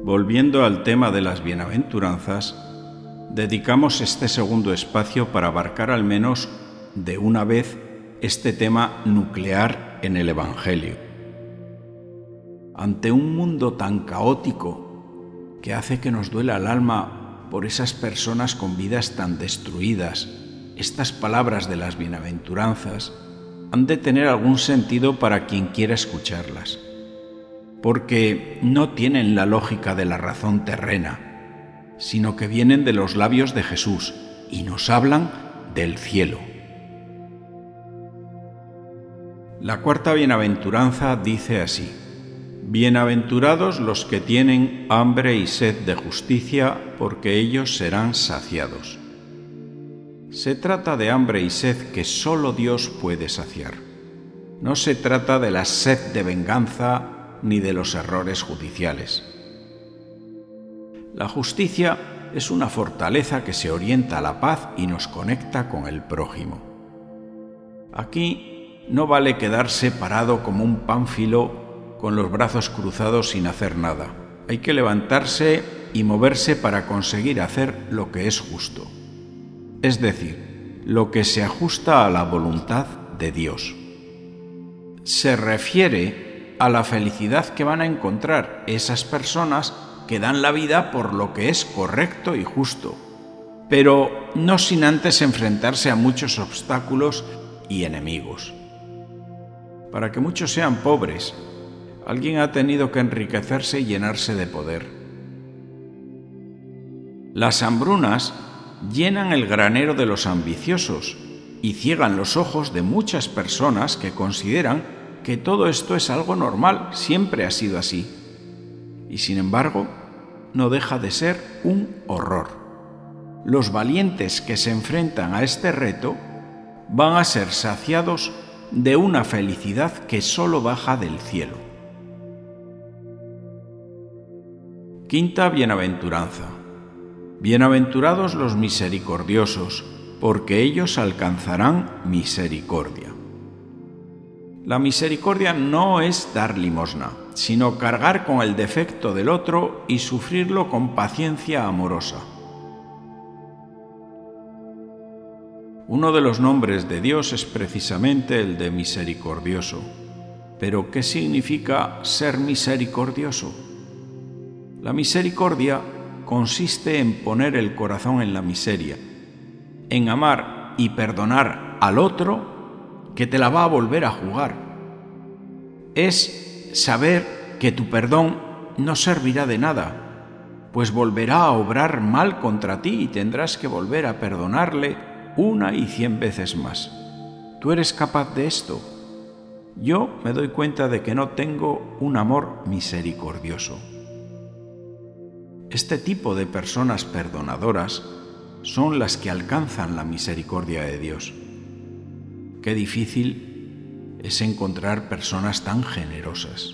Volviendo al tema de las bienaventuranzas, dedicamos este segundo espacio para abarcar al menos de una vez este tema nuclear en el Evangelio. Ante un mundo tan caótico que hace que nos duela el alma por esas personas con vidas tan destruidas, estas palabras de las bienaventuranzas han de tener algún sentido para quien quiera escucharlas, porque no tienen la lógica de la razón terrena, sino que vienen de los labios de Jesús y nos hablan del cielo. La cuarta bienaventuranza dice así: Bienaventurados los que tienen hambre y sed de justicia, porque ellos serán saciados. Se trata de hambre y sed que solo Dios puede saciar. No se trata de la sed de venganza ni de los errores judiciales. La justicia es una fortaleza que se orienta a la paz y nos conecta con el prójimo. Aquí no vale quedarse parado como un pánfilo con los brazos cruzados sin hacer nada. Hay que levantarse y moverse para conseguir hacer lo que es justo, es decir, lo que se ajusta a la voluntad de Dios. Se refiere a la felicidad que van a encontrar esas personas que dan la vida por lo que es correcto y justo, pero no sin antes enfrentarse a muchos obstáculos y enemigos. Para que muchos sean pobres, alguien ha tenido que enriquecerse y llenarse de poder. Las hambrunas llenan el granero de los ambiciosos y ciegan los ojos de muchas personas que consideran que todo esto es algo normal, siempre ha sido así. Y sin embargo, no deja de ser un horror. Los valientes que se enfrentan a este reto van a ser saciados de una felicidad que solo baja del cielo. Quinta bienaventuranza. Bienaventurados los misericordiosos, porque ellos alcanzarán misericordia. La misericordia no es dar limosna, sino cargar con el defecto del otro y sufrirlo con paciencia amorosa. Uno de los nombres de Dios es precisamente el de misericordioso. ¿Pero qué significa ser misericordioso? La misericordia consiste en poner el corazón en la miseria, en amar y perdonar al otro que te la va a volver a jugar. Es saber que tu perdón no servirá de nada, pues volverá a obrar mal contra ti y tendrás que volver a perdonarle 1 y 100 veces más. ¿Tú eres capaz de esto? Yo me doy cuenta de que no tengo un amor misericordioso. Este tipo de personas perdonadoras son las que alcanzan la misericordia de Dios. Qué difícil es encontrar personas tan generosas.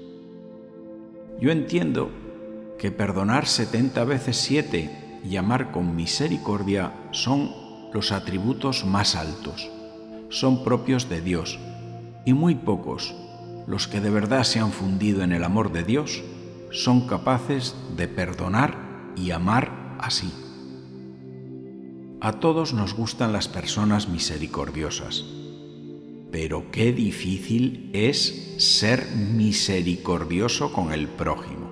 Yo entiendo que perdonar 70 veces 7 y amar con misericordia son los atributos más altos, son propios de Dios, y muy pocos, los que de verdad se han fundido en el amor de Dios, son capaces de perdonar y amar así. A todos nos gustan las personas misericordiosas, pero qué difícil es ser misericordioso con el prójimo.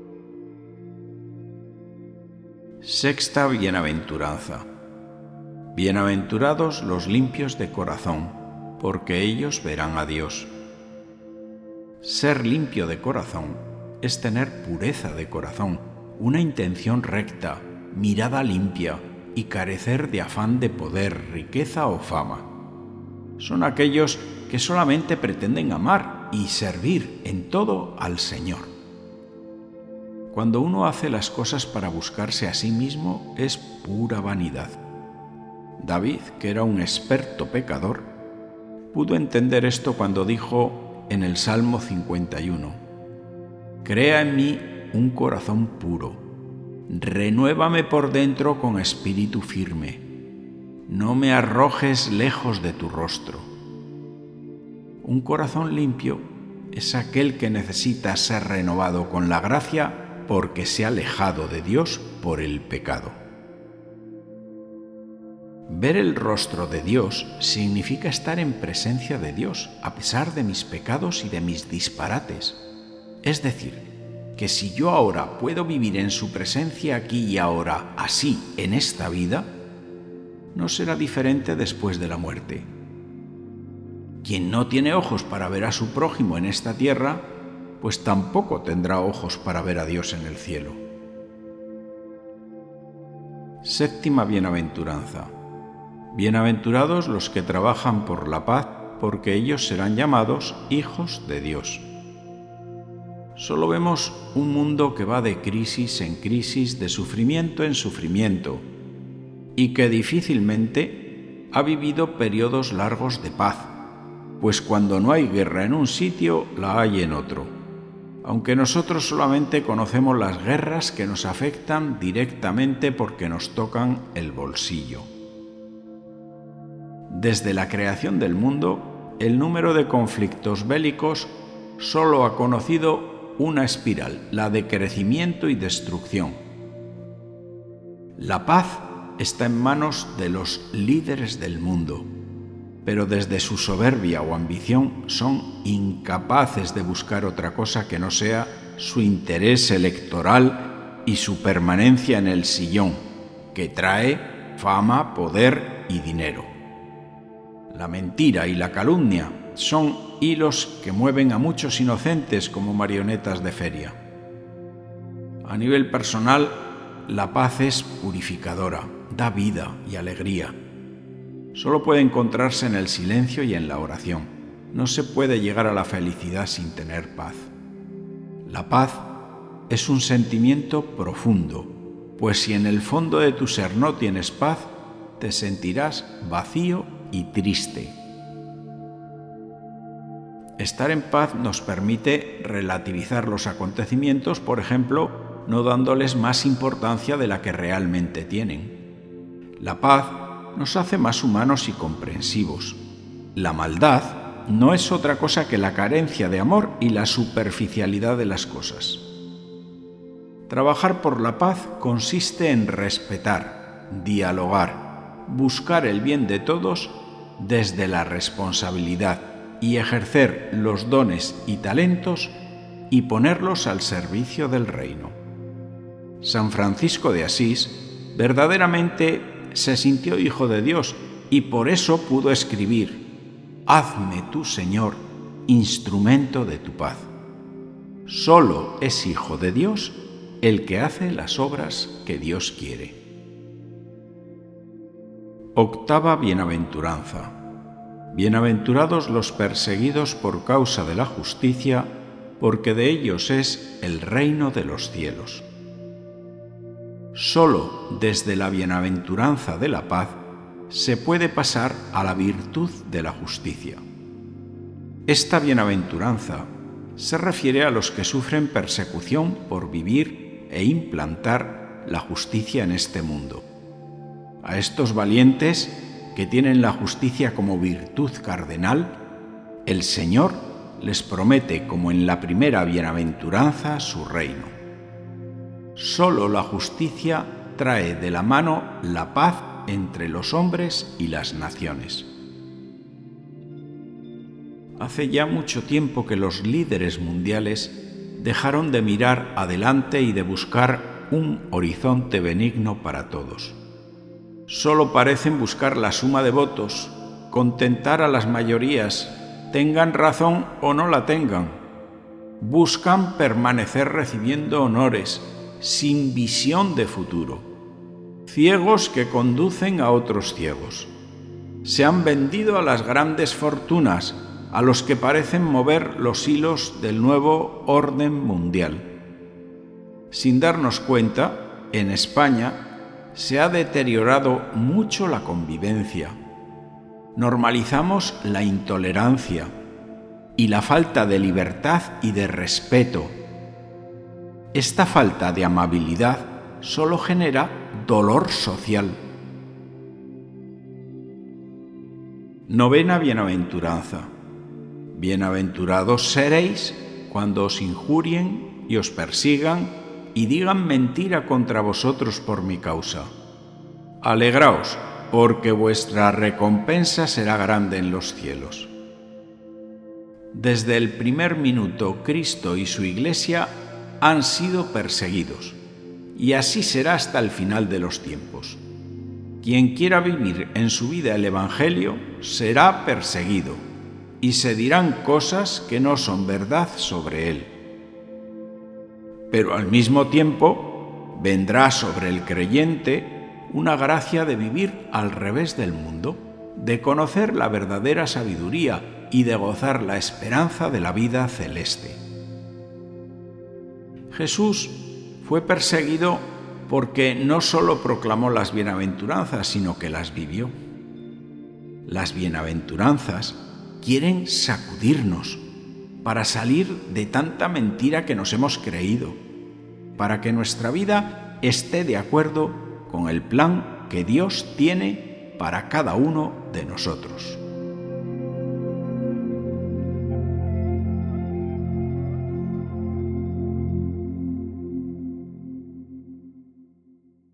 Sexta bienaventuranza. Bienaventurados los limpios de corazón, porque ellos verán a Dios. Ser limpio de corazón es tener pureza de corazón, una intención recta, mirada limpia y carecer de afán de poder, riqueza o fama. Son aquellos que solamente pretenden amar y servir en todo al Señor. Cuando uno hace las cosas para buscarse a sí mismo, es pura vanidad. David, que era un experto pecador, pudo entender esto cuando dijo en el Salmo 51: «Crea en mí un corazón puro, renuévame por dentro con espíritu firme, no me arrojes lejos de tu rostro». Un corazón limpio es aquel que necesita ser renovado con la gracia porque se ha alejado de Dios por el pecado. Ver el rostro de Dios significa estar en presencia de Dios, a pesar de mis pecados y de mis disparates. Es decir, que si yo ahora puedo vivir en su presencia aquí y ahora, así, en esta vida, no será diferente después de la muerte. Quien no tiene ojos para ver a su prójimo en esta tierra, pues tampoco tendrá ojos para ver a Dios en el cielo. Séptima bienaventuranza. Bienaventurados los que trabajan por la paz, porque ellos serán llamados hijos de Dios. Solo vemos un mundo que va de crisis en crisis, de sufrimiento en sufrimiento, y que difícilmente ha vivido periodos largos de paz, pues cuando no hay guerra en un sitio, la hay en otro, aunque nosotros solamente conocemos las guerras que nos afectan directamente porque nos tocan el bolsillo. Desde la creación del mundo, el número de conflictos bélicos solo ha conocido una espiral, la de crecimiento y destrucción. La paz está en manos de los líderes del mundo, pero desde su soberbia o ambición son incapaces de buscar otra cosa que no sea su interés electoral y su permanencia en el sillón, que trae fama, poder y dinero. La mentira y la calumnia son hilos que mueven a muchos inocentes como marionetas de feria. A nivel personal, la paz es purificadora, da vida y alegría. Solo puede encontrarse en el silencio y en la oración. No se puede llegar a la felicidad sin tener paz. La paz es un sentimiento profundo, pues si en el fondo de tu ser no tienes paz, te sentirás vacío y triste. Estar en paz nos permite relativizar los acontecimientos, por ejemplo, no dándoles más importancia de la que realmente tienen. La paz nos hace más humanos y comprensivos. La maldad no es otra cosa que la carencia de amor y la superficialidad de las cosas. Trabajar por la paz consiste en respetar, dialogar, buscar el bien de todos desde la responsabilidad y ejercer los dones y talentos y ponerlos al servicio del reino. San Francisco de Asís verdaderamente se sintió hijo de Dios y por eso pudo escribir: «Hazme tú, Señor, instrumento de tu paz». Solo es hijo de Dios el que hace las obras que Dios quiere. Octava bienaventuranza. Bienaventurados los perseguidos por causa de la justicia, porque de ellos es el reino de los cielos. Solo desde la bienaventuranza de la paz se puede pasar a la virtud de la justicia. Esta bienaventuranza se refiere a los que sufren persecución por vivir e implantar la justicia en este mundo. A estos valientes que tienen la justicia como virtud cardenal, el Señor les promete, como en la primera bienaventuranza, su reino. Solo la justicia trae de la mano la paz entre los hombres y las naciones. Hace ya mucho tiempo que los líderes mundiales dejaron de mirar adelante y de buscar un horizonte benigno para todos. Solo parecen buscar la suma de votos, contentar a las mayorías, tengan razón o no la tengan. Buscan permanecer recibiendo honores, sin visión de futuro. Ciegos que conducen a otros ciegos. Se han vendido a las grandes fortunas, a los que parecen mover los hilos del nuevo orden mundial. Sin darnos cuenta, en España se ha deteriorado mucho la convivencia. Normalizamos la intolerancia y la falta de libertad y de respeto. Esta falta de amabilidad solo genera dolor social. Novena bienaventuranza. Bienaventurados seréis cuando os injurien y os persigan y digan mentira contra vosotros por mi causa. Alegraos, porque vuestra recompensa será grande en los cielos. Desde el primer minuto, Cristo y su Iglesia han sido perseguidos, y así será hasta el final de los tiempos. Quien quiera vivir en su vida el Evangelio será perseguido, y se dirán cosas que no son verdad sobre él. Pero al mismo tiempo vendrá sobre el creyente una gracia de vivir al revés del mundo, de conocer la verdadera sabiduría y de gozar la esperanza de la vida celeste. Jesús fue perseguido porque no solo proclamó las bienaventuranzas, sino que las vivió. Las bienaventuranzas quieren sacudirnos para salir de tanta mentira que nos hemos creído, para que nuestra vida esté de acuerdo con el plan que Dios tiene para cada uno de nosotros.